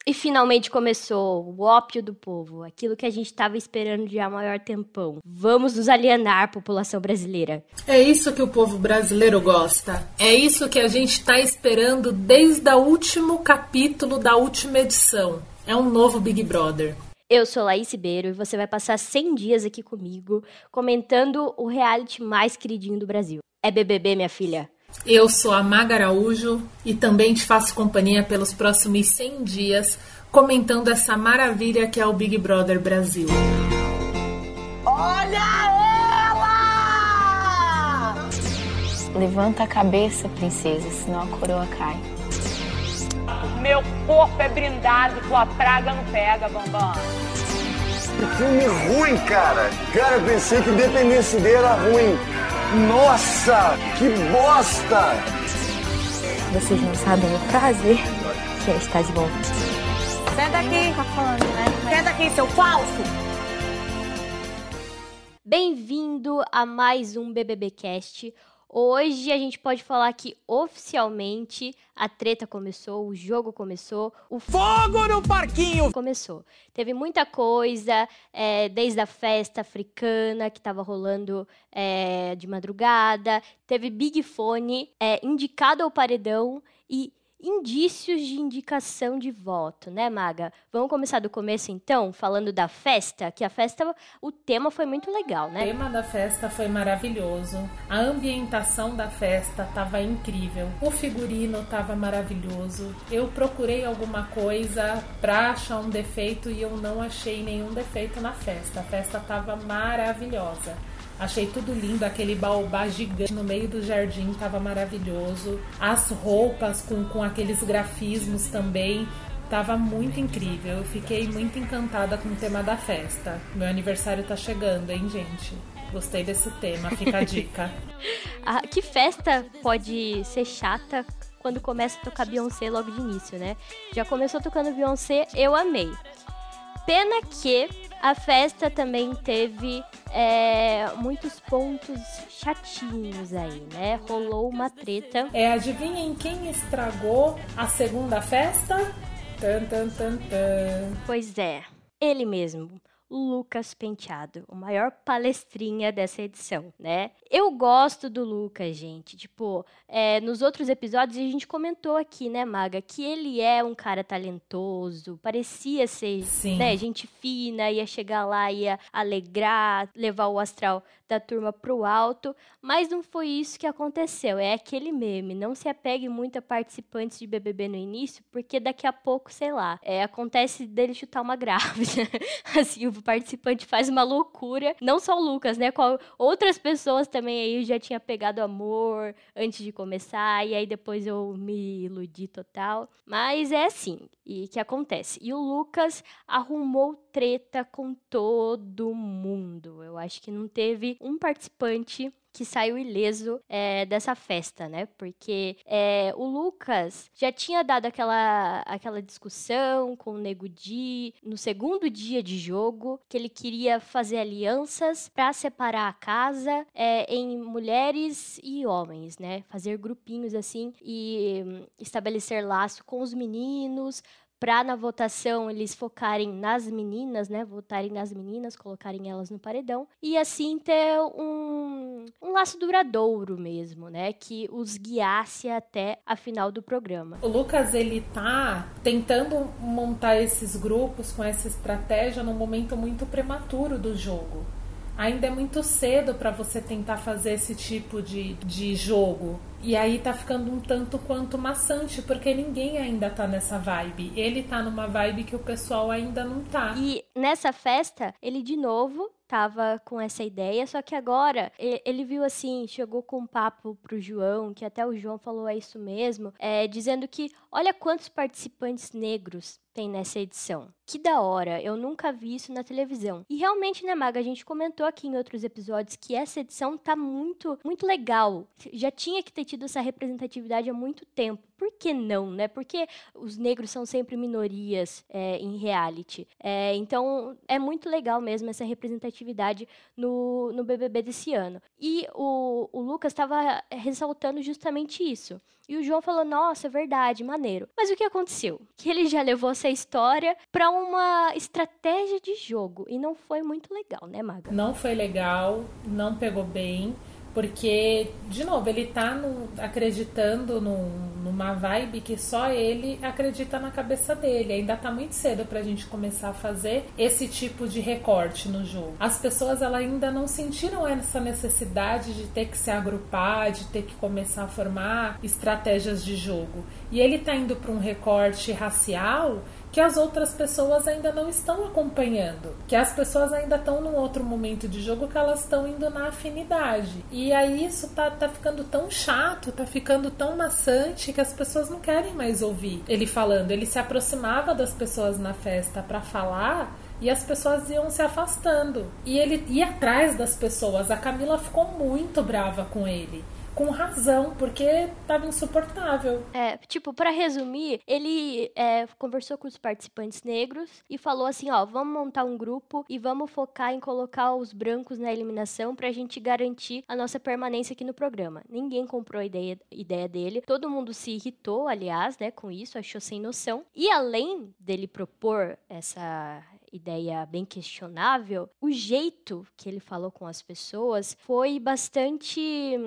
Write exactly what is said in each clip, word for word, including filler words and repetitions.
E finalmente começou o ópio do povo, aquilo que a gente estava esperando já há maior tempão. Vamos nos alienar, população brasileira. É isso que o povo brasileiro gosta. É isso que a gente está esperando desde o último capítulo da última edição. É um novo Big Brother. Eu sou Laís Ribeiro e você vai passar cem dias aqui comigo comentando o reality mais queridinho do Brasil. É B B B, minha filha. Eu sou a Maga Araújo e também te faço companhia pelos próximos cem dias comentando essa maravilha que é o Big Brother Brasil. Olha ela! Levanta a cabeça, princesa, senão a coroa cai. Meu corpo é brindado, tua praga não pega, Bambam. Que filme ruim, cara. Cara, eu pensei que Independência Day era ruim. Nossa, que bosta! Vocês não sabem o prazer que é estar de volta. Senta aqui. Tá falando, né? Senta aqui, seu falso. Bem-vindo a mais um B B B Cast. Hoje a gente pode falar que oficialmente a treta começou, o jogo começou, o fogo no parquinho começou. Teve muita coisa, é, desde a festa africana que estava rolando é, de madrugada, teve Big Fone é, indicado ao paredão e indícios de indicação de voto, né, Maga? Vamos começar do começo, então, falando da festa, que a festa, o tema foi muito legal, né? O tema da festa foi maravilhoso, a ambientação da festa estava incrível, o figurino estava maravilhoso, eu procurei alguma coisa pra achar um defeito e eu não achei nenhum defeito na festa, a festa estava maravilhosa. Achei tudo lindo, aquele baobá gigante no meio do jardim estava maravilhoso. As roupas com, com aqueles grafismos também, estava muito incrível. Eu fiquei muito encantada com o tema da festa. Meu aniversário tá chegando, hein, gente? Gostei desse tema, fica a dica. Ah, que festa pode ser chata quando começa a tocar Beyoncé logo de início, né? Já começou tocando Beyoncé, eu amei. Pena que a festa também teve é, muitos pontos chatinhos aí, né? Rolou uma treta. É, adivinhem quem estragou a segunda festa? Tan, tan, tan, tan. Pois é, ele mesmo. Lucas Penteado, o maior palestrinha dessa edição, né? Eu gosto do Lucas, gente. Tipo, é, nos outros episódios a gente comentou aqui, né, Maga, que ele é um cara talentoso, parecia ser, Sim. né, gente fina, ia chegar lá, ia alegrar, levar o astral da turma pro alto, mas não foi isso que aconteceu. É aquele meme, não se apegue muito a participantes de B B B no início, porque daqui a pouco, sei lá, é, acontece dele chutar uma grávida. Assim, o participante faz uma loucura, não só o Lucas, né, com outras pessoas também aí já tinha pegado amor antes de começar, e aí depois eu me iludi total, mas é assim, e que acontece. E o Lucas arrumou treta com todo mundo, eu acho que não teve um participante que saiu ileso é, dessa festa, né? Porque é, o Lucas já tinha dado aquela, aquela discussão com o Nego Di no segundo dia de jogo, que ele queria fazer alianças para separar a casa é, em mulheres e homens, né? Fazer grupinhos assim e hum, estabelecer laço com os meninos, para na votação eles focarem nas meninas, né? Votarem nas meninas, colocarem elas no paredão. E assim ter um, um laço duradouro mesmo, né? Que os guiasse até a final do programa. O Lucas, ele tá tentando montar esses grupos com essa estratégia num momento muito prematuro do jogo. Ainda é muito cedo para você tentar fazer esse tipo de, de jogo. E aí tá ficando um tanto quanto maçante, porque ninguém ainda tá nessa vibe. Ele tá numa vibe que o pessoal ainda não tá. E nessa festa, ele de novo tava com essa ideia, só que agora ele viu assim, chegou com um papo pro João, que até o João falou, é isso mesmo, é, dizendo que olha quantos participantes negros tem nessa edição. Que da hora, eu nunca vi isso na televisão. E realmente, né, Maga, a gente comentou aqui em outros episódios que essa edição tá muito, muito legal. Já tinha que ter tido essa representatividade há muito tempo. Por que não, né? Porque os negros são sempre minorias é, em reality. É, então, é muito legal mesmo essa representatividade no, no B B B desse ano. E o, o Lucas estava ressaltando justamente isso. E o João falou, nossa, verdade, maneiro. Mas o que aconteceu? Que ele já levou essa história pra uma estratégia de jogo. E não foi muito legal, né, Maga? Não foi legal, não pegou bem. Porque, de novo, ele tá no, acreditando num, numa vibe que só ele acredita na cabeça dele. Ainda tá muito cedo pra gente começar a fazer esse tipo de recorte no jogo. As pessoas elas ainda não sentiram essa necessidade de ter que se agrupar, de ter que começar a formar estratégias de jogo. E ele tá indo pra um recorte racial que as outras pessoas ainda não estão acompanhando, que as pessoas ainda estão num outro momento de jogo que elas estão indo na afinidade. E aí isso tá, tá ficando tão chato, tá ficando tão maçante que as pessoas não querem mais ouvir ele falando. Ele se aproximava das pessoas na festa para falar e as pessoas iam se afastando. E ele ia atrás das pessoas. A Camila ficou muito brava com ele. Com razão, porque tava insuportável. É, tipo, pra resumir, ele é, conversou com os participantes negros e falou assim, ó, vamos montar um grupo e vamos focar em colocar os brancos na eliminação pra gente garantir a nossa permanência aqui no programa. Ninguém comprou a ideia, ideia dele, todo mundo se irritou, aliás, né, com isso, achou sem noção. E além dele propor essa ideia bem questionável, o jeito que ele falou com as pessoas foi bastante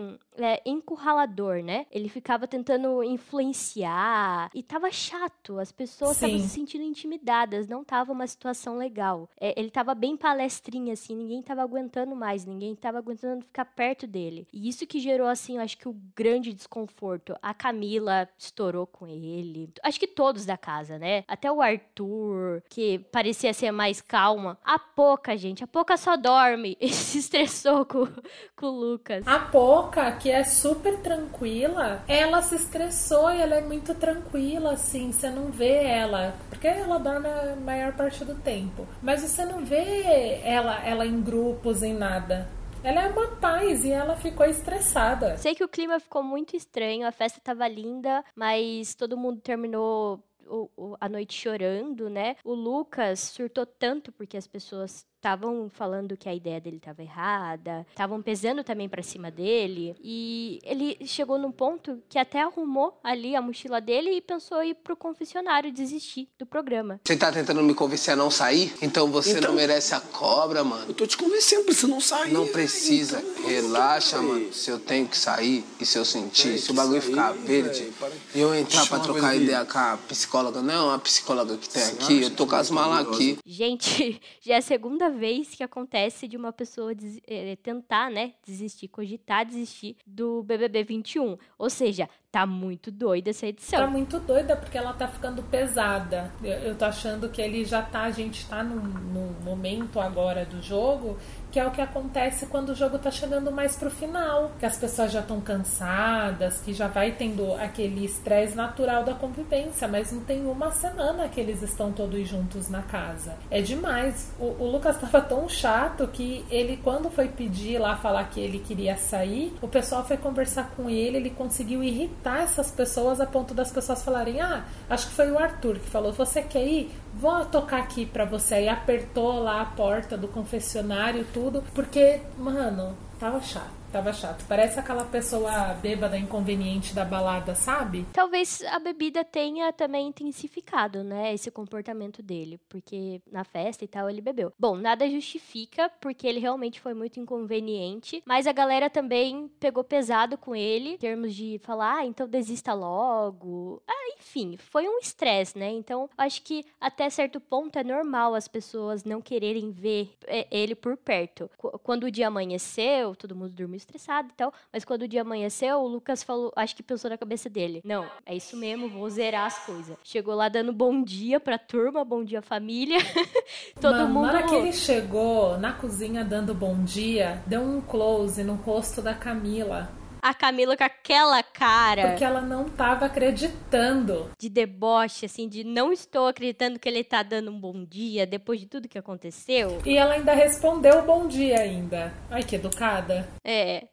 é, encurralador, né? Ele ficava tentando influenciar e tava chato, as pessoas estavam se sentindo intimidadas, não tava uma situação legal. É, ele tava bem palestrinha, assim, ninguém tava aguentando mais, ninguém tava aguentando ficar perto dele. E isso que gerou, assim, eu acho que o grande desconforto. A Camila estourou com ele, acho que todos da casa, né? Até o Arthur, que parecia ser mais calma. A Poca, gente, a Poca só dorme e se estressou com, com o Lucas. A Poca, que é super tranquila, ela se estressou e ela é muito tranquila, assim, você não vê ela, porque ela dorme a maior parte do tempo, mas você não vê ela, ela em grupos, em nada. Ela é uma paz e ela ficou estressada. Sei que o clima ficou muito estranho, a festa tava linda, mas todo mundo terminou a noite chorando, né? O Lucas surtou tanto porque as pessoas estavam falando que a ideia dele estava errada, estavam pesando também pra cima dele, e ele chegou num ponto que até arrumou ali a mochila dele e pensou em ir pro confessionário desistir do programa. Você tá tentando me convencer a não sair? Então você então, não merece a cobra, mano. Eu tô te convencendo pra você não sair. Não precisa. Então, relaxa, mano. Se eu tenho que sair e se eu sentir, se o bagulho sair, ficar verde véio, e eu entrar pra trocar ideia com a psicóloga, não é a psicóloga que tem aqui, eu tô com as malas aqui. Gente, já é a segunda vez que acontece de uma pessoa des- é, tentar, né, desistir, cogitar desistir do B B B vinte e um. Ou seja, tá muito doida essa edição. Tá muito doida porque ela tá ficando pesada. Eu, eu tô achando que ele já tá, a gente tá num, num momento agora do jogo que é o que acontece quando o jogo tá chegando mais pro final, que as pessoas já estão cansadas, que já vai tendo aquele estresse natural da convivência, mas não tem uma semana que eles estão todos juntos na casa. É demais. O, o Lucas tava tão chato que ele, quando foi pedir lá, falar que ele queria sair, o pessoal foi conversar com ele, ele conseguiu irritar essas pessoas a ponto das pessoas falarem, ah, acho que foi o Arthur que falou, você quer ir? Vou tocar aqui pra você. E apertou lá a porta do confessionário, tudo, porque, mano, tava chato. Tava chato. Parece aquela pessoa bêbada inconveniente da balada, sabe? Talvez a bebida tenha também intensificado, né, esse comportamento dele, porque na festa e tal ele bebeu. Bom, nada justifica, porque ele realmente foi muito inconveniente, mas a galera também pegou pesado com ele, em termos de falar, ah, então desista logo. Ah, enfim, foi um estresse, né? Então, acho que até certo ponto é normal as pessoas não quererem ver ele por perto. Quando o dia amanheceu, todo mundo dormiu estressado e tal, mas quando o dia amanheceu, o Lucas falou, acho que pensou na cabeça dele, não, é isso mesmo, vou zerar as coisas. Chegou lá dando bom dia pra turma, bom dia família, todo Mano, mundo... Na hora que ele chegou na cozinha dando bom dia, deu um close no rosto da Camila. A Camila com aquela cara... Porque ela não tava acreditando. De deboche, assim, de não estou acreditando que ele tá dando um bom dia depois de tudo que aconteceu. E ela ainda respondeu bom dia ainda. Ai, que educada. É...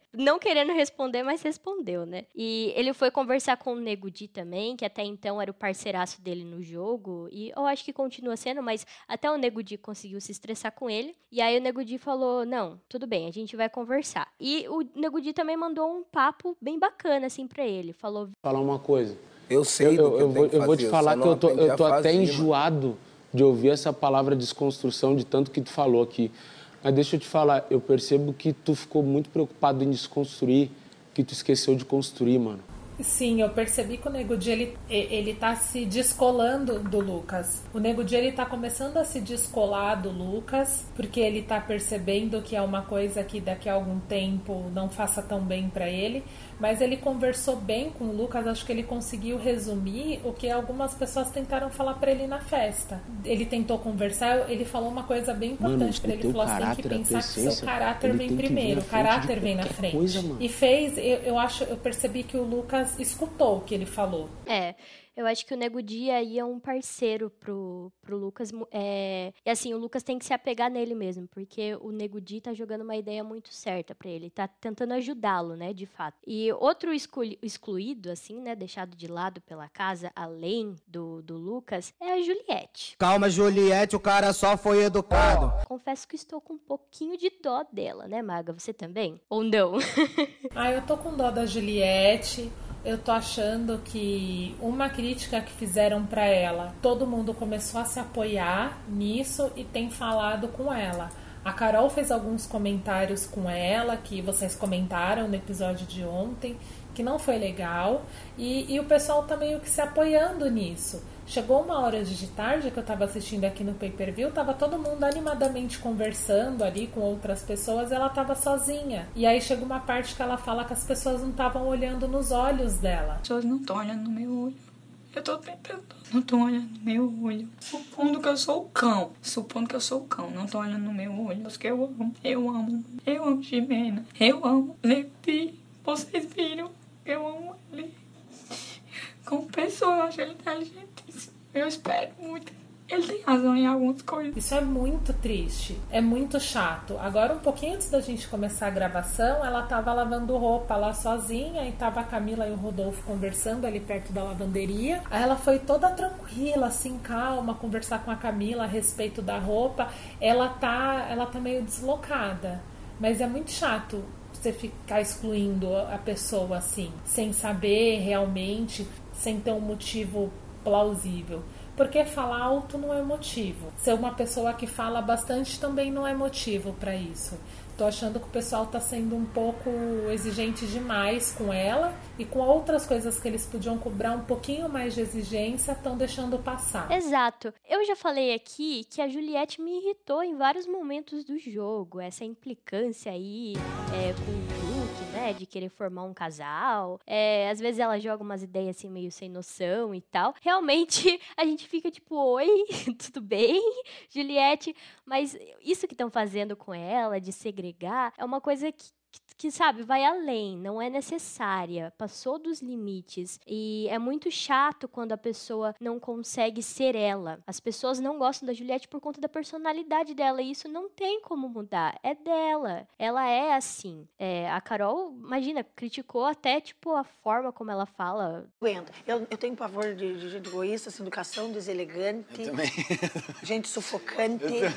não querendo responder, mas respondeu, né? E ele foi conversar com o Nego Di também, que até então era o parceiraço dele no jogo, e eu acho que continua sendo, mas até o Nego Di conseguiu se estressar com ele, e aí o Nego Di falou, não, tudo bem, a gente vai conversar. E o Nego Di também mandou um papo bem bacana, assim, pra ele, falou... Falar uma coisa. Eu sei eu, do que eu, eu, eu, vou, que eu vou te falar que eu tô, eu tô até fazer, enjoado mano. de ouvir essa palavra desconstrução de tanto que tu falou aqui. Mas deixa eu te falar, eu percebo que tu ficou muito preocupado em desconstruir, que tu esqueceu de construir, mano. Sim, eu percebi que o Nego Di, ele, ele tá se descolando do Lucas. O Nego Di, ele tá começando a se descolar do Lucas, porque ele tá percebendo que é uma coisa que daqui a algum tempo não faça tão bem pra ele. Mas ele conversou bem com o Lucas, acho que ele conseguiu resumir o que algumas pessoas tentaram falar pra ele na festa. Ele tentou conversar, ele falou uma coisa bem importante pra ele. Ele falou, você tem que pensar que o seu caráter vem primeiro, o caráter vem na frente. Coisa, e fez, eu, eu acho, eu percebi que o Lucas escutou o que ele falou. É, eu acho que o Nego Di aí é um parceiro pro, pro Lucas. É, e assim, o Lucas tem que se apegar nele mesmo, porque o Nego Di tá jogando uma ideia muito certa pra ele. Tá tentando ajudá-lo, né, de fato. E outro exclu- excluído, assim, né, deixado de lado pela casa, além do, do Lucas, é a Juliette. Calma, Juliette, o cara só foi educado. Confesso que estou com um pouquinho de dó dela, né, Maga? Você também? Ou não? Ah, eu tô com dó da Juliette. Eu tô achando que uma crítica que fizeram pra ela, todo mundo começou a se apoiar nisso e tem falado com ela. A Carol fez alguns comentários com ela, que vocês comentaram no episódio de ontem, que não foi legal, e, e o pessoal tá meio que se apoiando nisso. Chegou uma hora de tarde que eu tava assistindo aqui no pay-per-view, tava todo mundo animadamente conversando ali com outras pessoas, ela tava sozinha. E aí chega uma parte que ela fala que as pessoas não estavam olhando nos olhos dela. As pessoas não estão olhando no meu olho. Eu tô tentando. Não estão olhando no meu olho. Supondo que eu sou o cão. Supondo que eu sou o cão. Não estão olhando no meu olho. Porque eu amo. Eu amo. Eu amo Ximena. Eu amo Leti. Vocês viram? Eu amo ele. Como pessoa, eu acho ele inteligentíssimo. Eu espero muito. Ele tem razão em algumas coisas. Isso é muito triste. É muito chato. Agora, um pouquinho antes da gente começar a gravação, ela tava lavando roupa lá sozinha e tava a Camila e o Rodolfo conversando ali perto da lavanderia. Aí ela foi toda tranquila, assim, calma, conversar com a Camila a respeito da roupa. Ela tá, ela tá meio deslocada. Mas é muito chato você ficar excluindo a pessoa assim, sem saber realmente, sem ter um motivo plausível. Porque falar alto não é motivo. Ser uma pessoa que fala bastante também não é motivo para isso. Tô achando que o pessoal tá sendo um pouco exigente demais com ela e com outras coisas que eles podiam cobrar um pouquinho mais de exigência, estão deixando passar. Exato. Eu já falei aqui que a Juliette me irritou em vários momentos do jogo. Essa implicância aí é, com o Luke, né, de querer formar um casal. É, às vezes ela joga umas ideias assim meio sem noção e tal. Realmente a gente fica tipo, oi, tudo bem, Juliette? Mas isso que estão fazendo com ela, de segregar, é uma coisa que, que, que, sabe, vai além, não é necessária, passou dos limites. E é muito chato quando a pessoa não consegue ser ela. As pessoas não gostam da Juliette por conta da personalidade dela, e isso não tem como mudar, é dela. Ela é assim. É, a Carol, imagina, criticou até, tipo, a forma como ela fala. Eu, eu tenho pavor de, de gente egoísta, sem educação, deselegante, Eu também. gente sufocante, Eu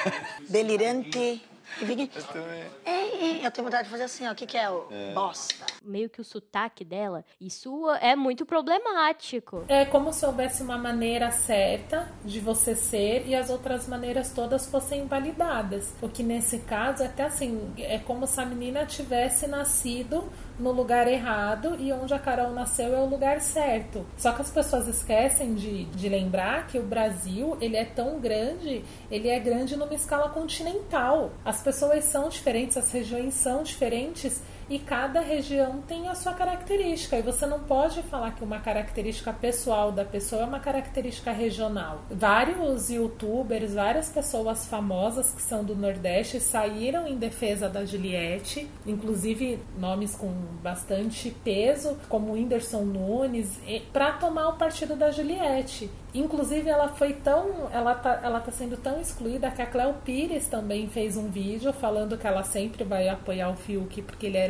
delirante. E fica... Eu também. É, é, eu tenho vontade de fazer assim, ó. O que, que é o É. bosta? Meio que o sotaque dela, isso é muito problemático. É como se houvesse uma maneira certa de você ser e as outras maneiras todas fossem invalidadas. O que nesse caso, até assim, é como se a menina tivesse nascido no lugar errado e onde a Carol nasceu é o lugar certo. Só que as pessoas esquecem de, de lembrar que o Brasil, ele é tão grande, ele é grande numa escala continental. As pessoas são diferentes, as regiões são diferentes e cada região tem a sua característica. E você não pode falar que uma característica pessoal da pessoa é uma característica regional. Vários youtubers, várias pessoas famosas que são do Nordeste saíram em defesa da Juliette, inclusive nomes com bastante peso, como Whindersson Nunes, para tomar o partido da Juliette. Inclusive ela foi tão, ela tá, ela tá sendo tão excluída que a Cléo Pires também fez um vídeo falando que ela sempre vai apoiar o Fiuk porque ele é irmão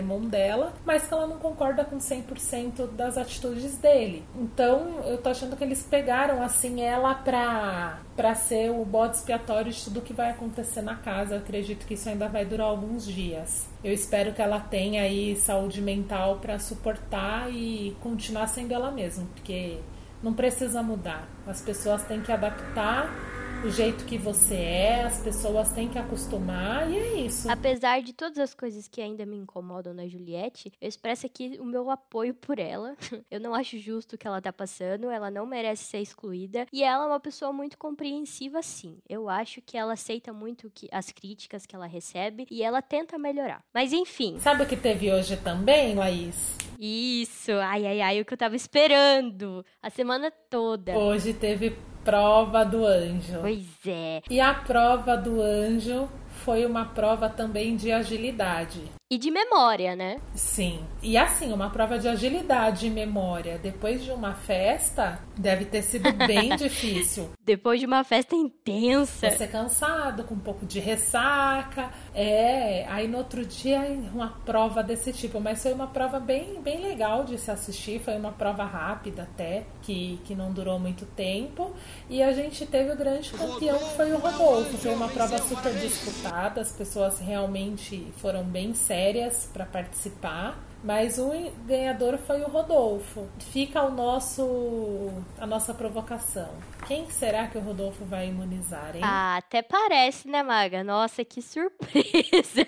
irmão dela, mas que ela não concorda com cem por cento das atitudes dele. Então, eu tô achando que eles pegaram, assim, ela pra, pra ser o bode expiatório de tudo que vai acontecer na casa. Eu acredito que isso ainda vai durar alguns dias. Eu espero que ela tenha aí saúde mental pra suportar e continuar sendo ela mesma, porque não precisa mudar. As pessoas têm que adaptar o jeito que você é, as pessoas têm que acostumar e é isso. Apesar de todas as coisas que ainda me incomodam na Juliette, eu expresso aqui o meu apoio por ela. Eu não acho justo o que ela tá passando, ela não merece ser excluída e ela é uma pessoa muito compreensiva, sim. Eu acho que ela aceita muito que, as críticas que ela recebe e ela tenta melhorar. Mas enfim. Sabe o que teve hoje também, Laís? Isso, ai, ai, ai, o que eu tava esperando a semana toda. Hoje teve prova do anjo. Pois é. E a prova do anjo foi uma prova também de agilidade. E de memória, né? Sim. E assim, uma prova de agilidade e memória depois de uma festa deve ter sido bem difícil. Depois de uma festa intensa. Você cansado, com um pouco de ressaca. É, aí no outro dia uma prova desse tipo. Mas foi uma prova bem, bem legal de se assistir. Foi uma prova rápida até, que, que não durou muito tempo. E a gente teve o grande campeão, que foi o Rodolfo. Foi uma prova super disputada. As pessoas realmente foram bem sérias para participar, mas o ganhador foi o Rodolfo. Fica o nosso, a nossa provocação. Quem será que o Rodolfo vai imunizar, hein? Ah, até parece, né, Maga? Nossa, que surpresa!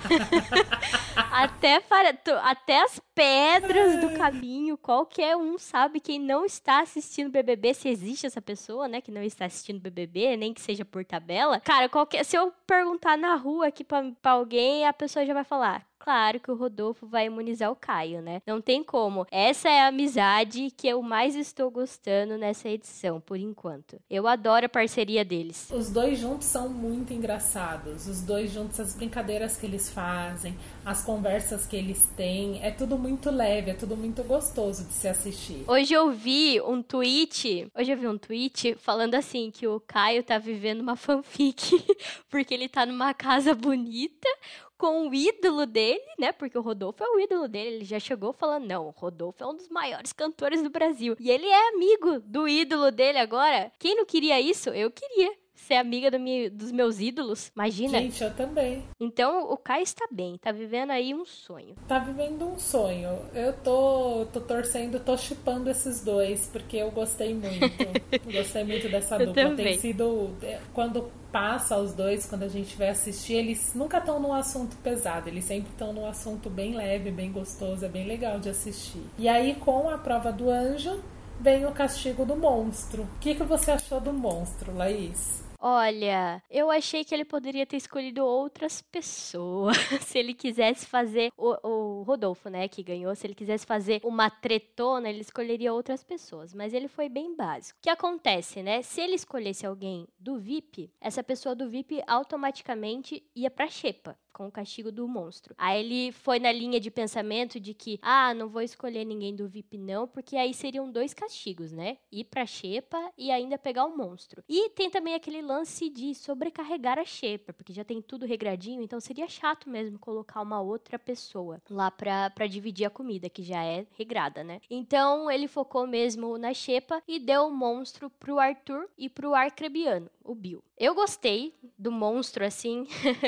até, para, até as pedras do caminho, qualquer um sabe, quem não está assistindo B B B, se existe essa pessoa, né, que não está assistindo B B B, nem que seja por tabela. Cara, qualquer, se eu perguntar na rua aqui pra, pra alguém, a pessoa já vai falar: claro que o Rodolfo vai imunizar o Caio, né? Não tem como. Essa é a amizade que eu mais estou gostando nessa edição, por enquanto. Eu adoro a parceria deles. Os dois juntos são muito engraçados. Os dois juntos, as brincadeiras que eles fazem, as conversas que eles têm, é tudo muito leve, é tudo muito gostoso de se assistir. Hoje eu vi um tweet, hoje eu vi um tweet falando assim, que o Caio tá vivendo uma fanfic, porque ele tá numa casa bonita, com o ídolo dele, né? Porque o Rodolfo é o ídolo dele. Ele já chegou falando, não, o Rodolfo é um dos maiores cantores do Brasil. E ele é amigo do ídolo dele agora. Quem não queria isso? Eu queria ser amiga do meu, dos meus ídolos. Imagina. Gente, eu também. Então, o Caio está bem. Tá vivendo aí um sonho. Tá vivendo um sonho. Eu tô, tô torcendo, tô shippando esses dois, porque eu gostei muito. eu gostei muito dessa eu dupla. Também. Tem sido... Quando passa os dois, quando a gente vai assistir, eles nunca estão num assunto pesado, eles sempre estão num assunto bem leve, bem gostoso, é bem legal de assistir. E aí, com a prova do anjo, vem o castigo do monstro. O que, que você achou do monstro, Laís? Olha, eu achei que ele poderia ter escolhido outras pessoas. Se ele quisesse fazer... O, o Rodolfo, né, que ganhou. Se ele quisesse fazer uma tretona, ele escolheria outras pessoas. Mas ele foi bem básico. O que acontece, né? Se ele escolhesse alguém do V I P, essa pessoa do V I P automaticamente ia pra xepa, com o castigo do monstro. Aí ele foi na linha de pensamento de que, ah, não vou escolher ninguém do V I P não, porque aí seriam dois castigos, né? Ir pra xepa e ainda pegar o monstro. E tem também aquele lance de sobrecarregar a xepa, porque já tem tudo regradinho, então seria chato mesmo colocar uma outra pessoa lá pra, pra dividir a comida, que já é regrada, né? Então ele focou mesmo na xepa e deu o monstro pro Arthur e pro Arcrebiano, o Bill. Eu gostei do monstro, assim,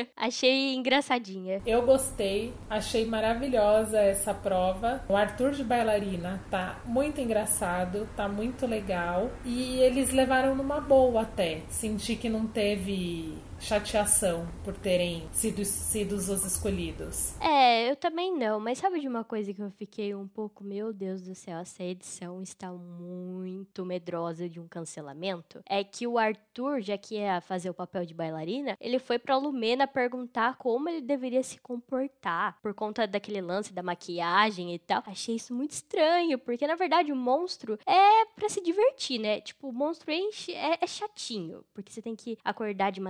achei engraçadinha. Eu gostei, achei maravilhosa essa prova. O Arthur de bailarina tá muito engraçado, tá muito legal. E eles levaram numa boa até. Senti que não teve chateação por terem sido, sido os escolhidos. É, eu também não, mas sabe de uma coisa que eu fiquei um pouco, meu Deus do céu, essa edição está muito medrosa de um cancelamento? É que o Arthur, já que ia fazer o papel de bailarina, ele foi pra Lumena perguntar como ele deveria se comportar, por conta daquele lance da maquiagem e tal. Achei isso muito estranho, porque na verdade o monstro é pra se divertir, né? Tipo, o monstro é, é, é chatinho, porque você tem que acordar de madrugada,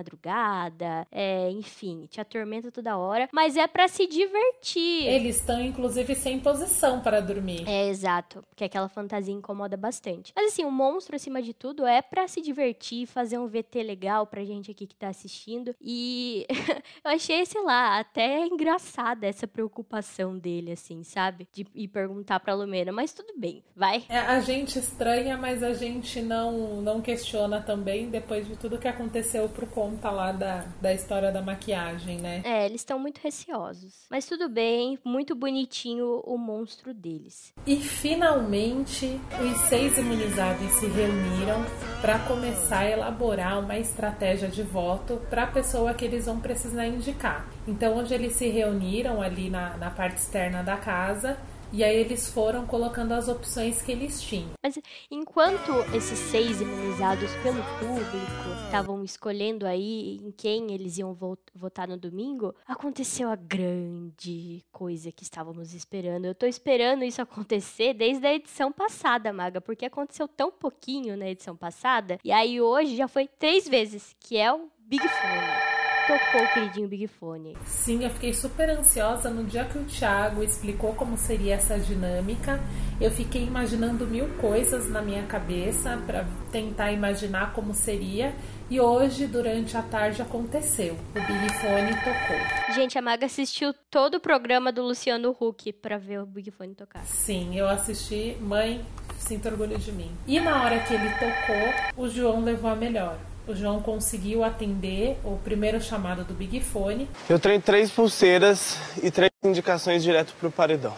madrugada, é, enfim, te atormenta toda hora, mas é pra se divertir. Eles estão, inclusive, sem posição para dormir. É, exato, porque aquela fantasia incomoda bastante. Mas assim, o monstro, acima de tudo, é pra se divertir, fazer um V T legal pra gente aqui que tá assistindo, e eu achei, sei lá, até engraçada essa preocupação dele, assim, sabe? De ir perguntar pra Lumena, mas tudo bem, vai. É, a gente estranha, mas a gente não, não questiona também, depois de tudo que aconteceu por conta lá da, da história da maquiagem, né? É, eles estão muito receosos. Mas tudo bem, muito bonitinho o monstro deles. E finalmente, os seis imunizados se reuniram para começar a elaborar uma estratégia de voto para a pessoa que eles vão precisar indicar. Então, onde eles se reuniram ali na, na parte externa da casa, e aí eles foram colocando as opções que eles tinham. Mas enquanto esses seis imunizados pelo público estavam escolhendo aí em quem eles iam vo- votar no domingo, aconteceu a grande coisa que estávamos esperando. Eu tô esperando isso acontecer desde a edição passada, Maga, porque aconteceu tão pouquinho na edição passada, e aí hoje já foi três vezes, que é o Big Fone. Tocou o queridinho Big Fone. Sim, eu fiquei super ansiosa no dia que o Thiago explicou como seria essa dinâmica. Eu fiquei imaginando mil coisas na minha cabeça para tentar imaginar como seria. E hoje, durante a tarde, aconteceu. O Big Fone tocou. Gente, a Maga assistiu todo o programa do Luciano Huck pra ver o Big Fone tocar. Sim, eu assisti. Mãe, sinto orgulho de mim. E na hora que ele tocou, o João levou a melhor. O João conseguiu atender o primeiro chamado do Big Fone. Eu tenho três pulseiras e três indicações direto pro paredão.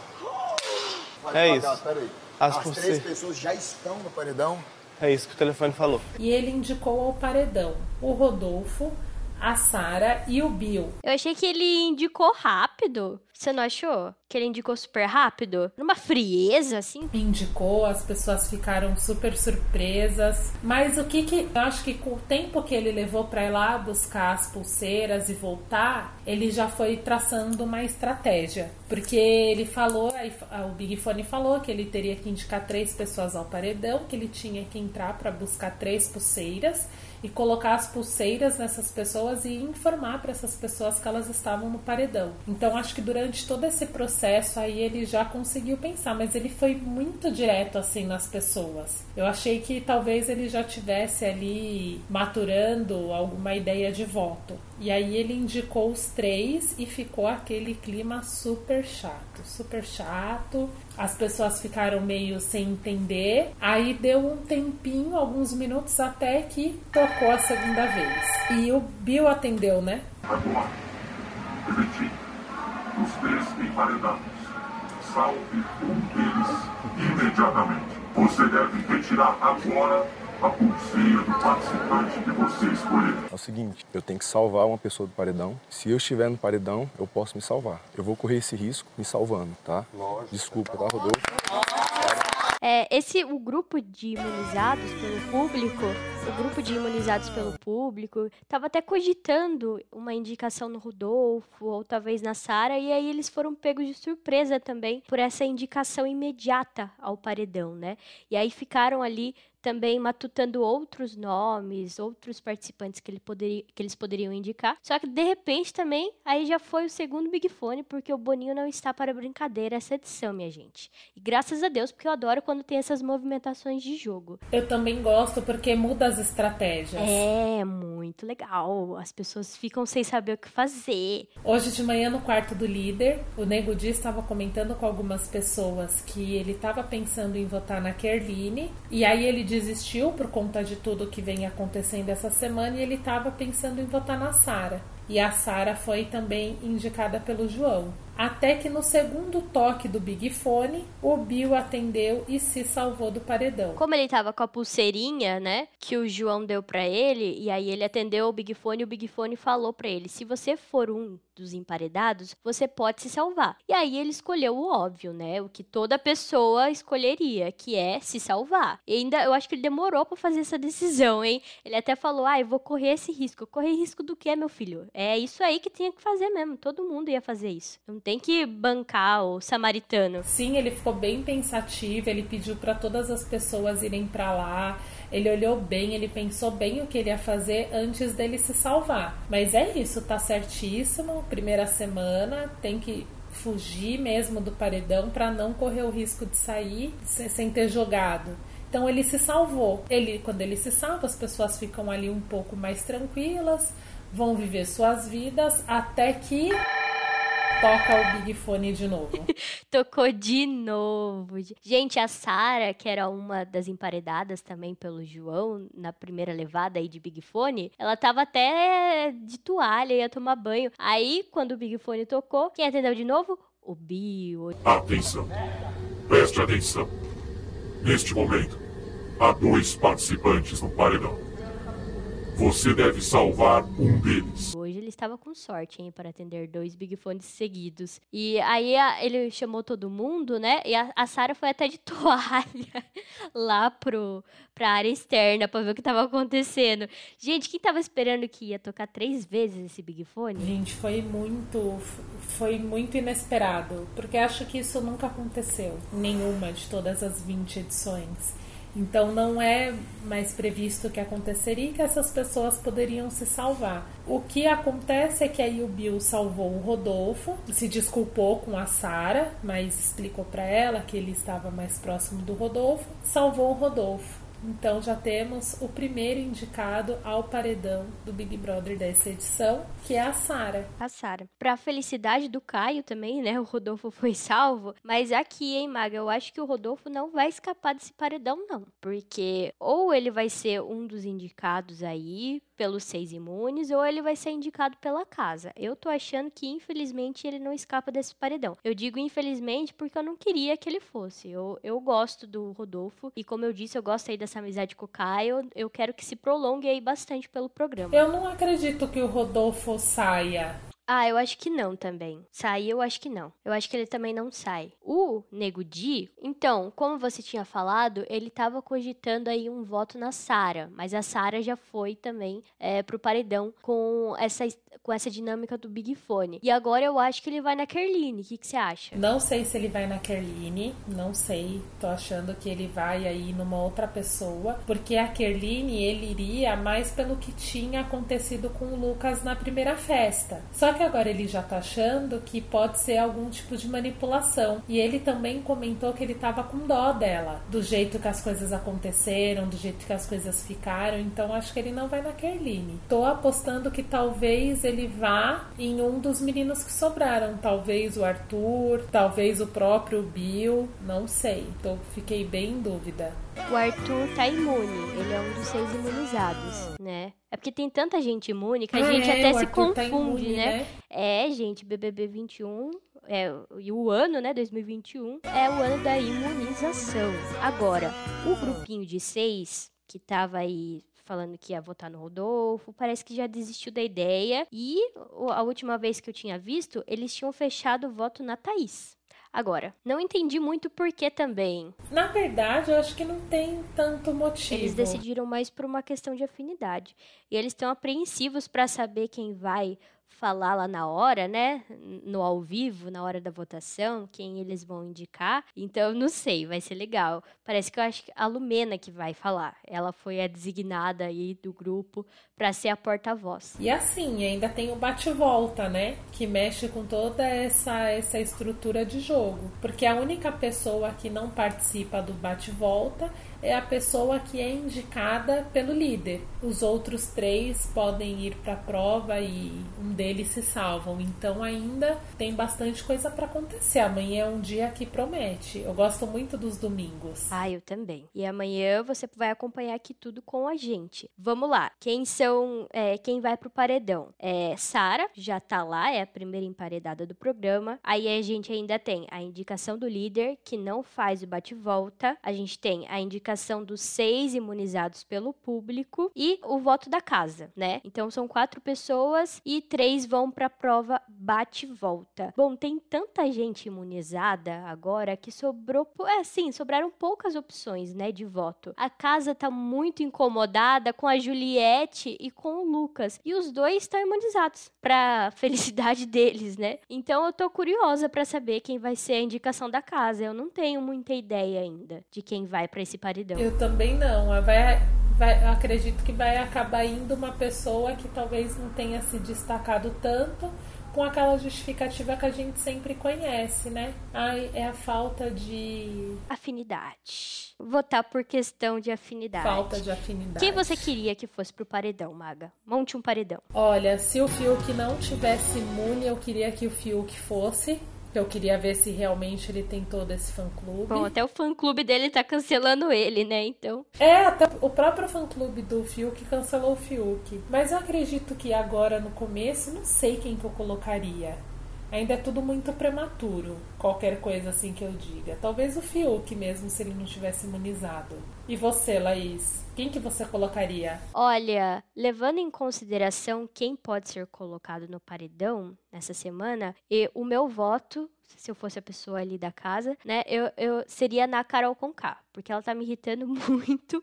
Mas, é Magal, isso. Peraí. As, As pulseiras... três pessoas já estão no paredão? É isso que o telefone falou. E ele indicou ao paredão o Rodolfo, a Sara e o Bill. Eu achei que ele indicou rápido. Você não achou? Que ele indicou super rápido? Numa frieza, assim? Indicou, as pessoas ficaram super surpresas. Mas o que que... Eu acho que com o tempo que ele levou pra ir lá buscar as pulseiras e voltar, ele já foi traçando uma estratégia. Porque ele falou, o Big Fone falou que ele teria que indicar três pessoas ao paredão, que ele tinha que entrar pra buscar três pulseiras e colocar as pulseiras nessas pessoas e informar para essas pessoas que elas estavam no paredão. Então acho que durante todo esse processo aí ele já conseguiu pensar, mas ele foi muito direto assim nas pessoas. Eu achei que talvez ele já tivesse ali maturando alguma ideia de voto. E aí ele indicou os três e ficou aquele clima super chato, super chato. As pessoas ficaram meio sem entender. Aí deu um tempinho, alguns minutos, até que tocou a segunda vez. E o Bill atendeu, né? Agora, repetir. Os três emparedados. Salve um deles imediatamente. Você deve retirar agora a pulseira do participante que você escolher. É o seguinte, eu tenho que salvar uma pessoa do paredão. Se eu estiver no paredão, eu posso me salvar. Eu vou correr esse risco me salvando, tá? Lógico. Desculpa, tá, Rodolfo? É, esse, o grupo de imunizados pelo público, o grupo de imunizados pelo público, tava até cogitando uma indicação no Rodolfo, ou talvez na Sara, e aí eles foram pegos de surpresa também por essa indicação imediata ao paredão, né? E aí ficaram ali também matutando outros nomes, outros participantes que, ele poderia, que eles poderiam indicar. Só que, de repente, também, aí já foi o segundo Big Fone, porque o Boninho não está para brincadeira essa edição, minha gente. E graças a Deus, porque eu adoro quando tem essas movimentações de jogo. Eu também gosto, porque muda as estratégias. É, muito legal. As pessoas ficam sem saber o que fazer. Hoje de manhã, no quarto do líder, o Nego Di estava comentando com algumas pessoas que ele estava pensando em votar na Kerline, e aí ele desistiu por conta de tudo que vem acontecendo essa semana e ele estava pensando em votar na Sara. E a Sara foi também indicada pelo João. Até que no segundo toque do Big Fone, o Bill atendeu e se salvou do paredão. Como ele tava com a pulseirinha, né, que o João deu pra ele, e aí ele atendeu o Big Fone, e o Big Fone falou pra ele, se você for um dos emparedados, você pode se salvar. E aí ele escolheu o óbvio, né, o que toda pessoa escolheria, que é se salvar. E ainda, eu acho que ele demorou pra fazer essa decisão, hein. Ele até falou, ah, eu vou correr esse risco. Correr risco do quê, meu filho? É isso aí que tinha que fazer mesmo, todo mundo ia fazer isso. Não tem que bancar o samaritano. Sim, ele ficou bem pensativo, ele pediu para todas as pessoas irem para lá. Ele olhou bem, ele pensou bem o que ele ia fazer antes dele se salvar. Mas é isso, tá certíssimo. Primeira semana, tem que fugir mesmo do paredão para não correr o risco de sair sem ter jogado. Então ele se salvou. Ele, quando ele se salva, as pessoas ficam ali um pouco mais tranquilas, vão viver suas vidas até que toca o Big Fone de novo. Tocou de novo. Gente, a Sara, que era uma das emparedadas também pelo João, na primeira levada aí de Big Fone, ela tava até de toalha, ia tomar banho. Aí, quando o Big Fone tocou, quem atendeu de novo? O Bill. Atenção. Preste atenção. Neste momento, há dois participantes no paredão. Você deve salvar um deles. Hoje ele estava com sorte, hein, para atender dois Big Fones seguidos. E aí a, ele chamou todo mundo, né? E a, a Sara foi até de toalha lá pro, pra área externa pra ver o que tava acontecendo. Gente, quem tava esperando que ia tocar três vezes esse Big Fone? Gente, foi muito, foi muito inesperado. Porque acho que isso nunca aconteceu em nenhuma de todas as vinte edições. Então não é mais previsto que aconteceria e que essas pessoas poderiam se salvar. O que acontece é que aí o Bill salvou o Rodolfo, se desculpou com a Sara, mas explicou para ela que ele estava mais próximo do Rodolfo, salvou o Rodolfo. Então já temos o primeiro indicado ao paredão do Big Brother dessa edição, que é a Sara. A Sara. Pra felicidade do Caio também, né? O Rodolfo foi salvo. Mas aqui, hein, Maga? Eu acho que o Rodolfo não vai escapar desse paredão, não. Porque ou ele vai ser um dos indicados aí pelos seis imunes, ou ele vai ser indicado pela casa. Eu tô achando que, infelizmente, ele não escapa desse paredão. Eu digo infelizmente porque eu não queria que ele fosse. Eu, eu gosto do Rodolfo, e como eu disse, eu gosto aí dessa amizade com o Caio. Eu quero que se prolongue aí bastante pelo programa. Eu não acredito que o Rodolfo saia. Ah, eu acho que não também. Sair, eu acho que não. Eu acho que ele também não sai. O Nego Di, então, como você tinha falado, ele tava cogitando aí um voto na Sara, mas a Sara já foi também é, pro paredão com essa, com essa dinâmica do Big Fone. E agora eu acho que ele vai na Kerline. O que, que você acha? Não sei se ele vai na Kerline, não sei. Tô achando que ele vai aí numa outra pessoa, porque a Kerline, ele iria mais pelo que tinha acontecido com o Lucas na primeira festa. Só que agora ele já tá achando que pode ser algum tipo de manipulação. E ele também comentou que ele tava com dó dela, do jeito que as coisas aconteceram, do jeito que as coisas ficaram. Então acho que ele não vai na Kerline. Tô apostando que talvez ele vá em um dos meninos que sobraram. Talvez o Arthur, talvez o próprio Bill, não sei. Então fiquei bem em dúvida. O Arthur tá imune, ele é um dos seis imunizados, né? É porque tem tanta gente imune que a ah, gente é, até se confunde, tá imune, né? né? É, gente, B B B vinte e um, é, e o ano, né, dois mil e vinte e um, é o ano da imunização. Agora, o grupinho de seis, que tava aí falando que ia votar no Rodolfo, parece que já desistiu da ideia. E a última vez que eu tinha visto, eles tinham fechado o voto na Thaís. Agora, não entendi muito por que também. Na verdade, eu acho que não tem tanto motivo. Eles decidiram mais por uma questão de afinidade. E eles estão apreensivos para saber quem vai falar lá na hora, né? No ao vivo, na hora da votação, quem eles vão indicar. Então, não sei, vai ser legal. Parece que eu acho que a Lumena que vai falar. Ela foi a designada aí do grupo para ser a porta-voz. E assim, ainda tem o bate-volta, né? Que mexe com toda essa, essa estrutura de jogo. Porque a única pessoa que não participa do bate-volta é a pessoa que é indicada pelo líder. Os outros três podem ir para a prova e um deles se salvam. Então ainda tem bastante coisa para acontecer. Amanhã é um dia que promete. Eu gosto muito dos domingos. Ah, eu também. E amanhã você vai acompanhar aqui tudo com a gente. Vamos lá. Quem são, é, quem vai pro paredão? É, Sara já tá lá, é a primeira emparedada do programa. Aí a gente ainda tem a indicação do líder, que não faz o bate-volta. A gente tem a indicação indicação dos seis imunizados pelo público e o voto da casa, né? Então são quatro pessoas e três vão para a prova bate-volta. Bom, tem tanta gente imunizada agora que sobrou, é assim, sobraram poucas opções, né, de voto. A casa tá muito incomodada com a Juliette e com o Lucas, e os dois estão imunizados, pra felicidade deles, né? Então eu tô curiosa pra saber quem vai ser a indicação da casa. Eu não tenho muita ideia ainda de quem vai pra esse paredão. Eu também não. Vai, vai, eu acredito que vai acabar indo uma pessoa que talvez não tenha se destacado tanto, com aquela justificativa que a gente sempre conhece, né? Ai, é a falta de... afinidade. Votar por questão de afinidade. Falta de afinidade. Quem você queria que fosse pro paredão, Maga? Monte um paredão. Olha, se o Fiuk não tivesse imune, eu queria que o Fiuk fosse. Eu queria ver se realmente ele tem todo esse fã-clube. Bom, até o fã-clube dele tá cancelando ele, né, então... É, até o próprio fã-clube do Fiuk cancelou o Fiuk. Mas eu acredito que agora, no começo, não sei quem que eu colocaria. Ainda é tudo muito prematuro, qualquer coisa assim que eu diga. Talvez o Fiuk mesmo, se ele não tivesse imunizado. E você, Laís? Quem que você colocaria? Olha, levando em consideração quem pode ser colocado no paredão nessa semana, e o meu voto, se eu fosse a pessoa ali da casa, né, eu, eu seria na Carol Conká, porque ela tá me irritando muito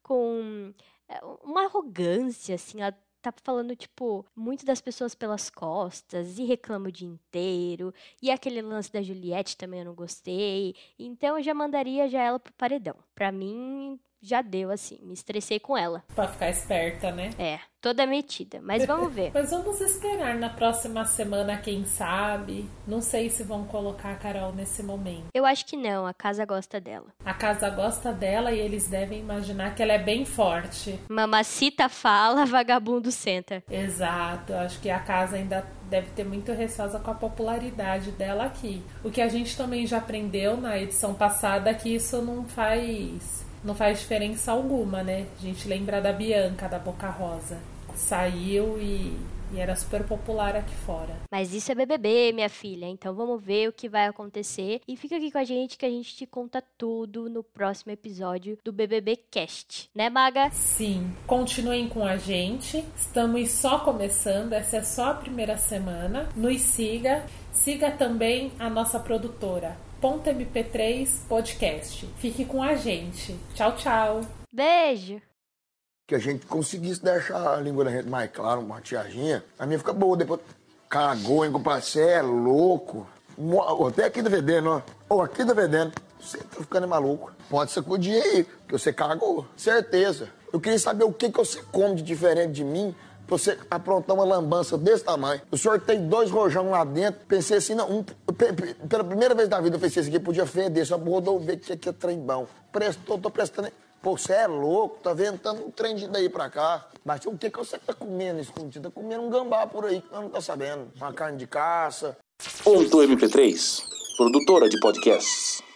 com uma arrogância, assim, ela tá falando, tipo, muito das pessoas pelas costas e reclama o dia inteiro. E aquele lance da Juliette também eu não gostei. Então eu já mandaria já ela pro paredão. Pra mim, já deu, assim. Me estressei com ela. Pra ficar esperta, né? É, toda metida. Mas vamos ver. Mas vamos esperar na próxima semana, quem sabe. Não sei se vão colocar a Carol nesse momento. Eu acho que não. A casa gosta dela. A casa gosta dela e eles devem imaginar que ela é bem forte. Mamacita fala, vagabundo senta. Exato. Eu acho que a casa ainda deve ter muito receosa com a popularidade dela aqui. O que a gente também já aprendeu na edição passada é que isso não faz... não faz diferença alguma, né? A gente lembra da Bianca, da Boca Rosa. Saiu e, e era super popular aqui fora. Mas isso é B B B, minha filha. Então vamos ver o que vai acontecer. E fica aqui com a gente que a gente te conta tudo no próximo episódio do B B B Cast. Né, Maga? Sim. Continuem com a gente. Estamos só começando. Essa é só a primeira semana. Nos siga. Siga também a nossa produtora. Ponto M P três Podcast. Fique com a gente. Tchau, tchau. Beijo. Que a gente conseguisse deixar a língua da gente mais clara, uma tiaginha, a minha fica boa. Depois cagou, hein, compadre? Você é louco. Até aqui tá vendendo, ó. Ou aqui tá vendendo. Você tá ficando maluco. Pode sacudir aí, porque você cagou. Certeza. Eu queria saber o que, que você come de diferente de mim, pra você aprontar uma lambança desse tamanho. Eu sortei dois rojão lá dentro, pensei assim, não, um, pela primeira vez da vida eu pensei assim, que podia feder, só rodou ver que aqui é trem bom. Prestou, tô prestando... Pô, você é louco, tá ventando um trem de daí pra cá. Mas o que que você tá comendo escondido? Tá comendo um gambá por aí, que eu não tá sabendo. Uma carne de caça. Ponto M P três, produtora de podcasts.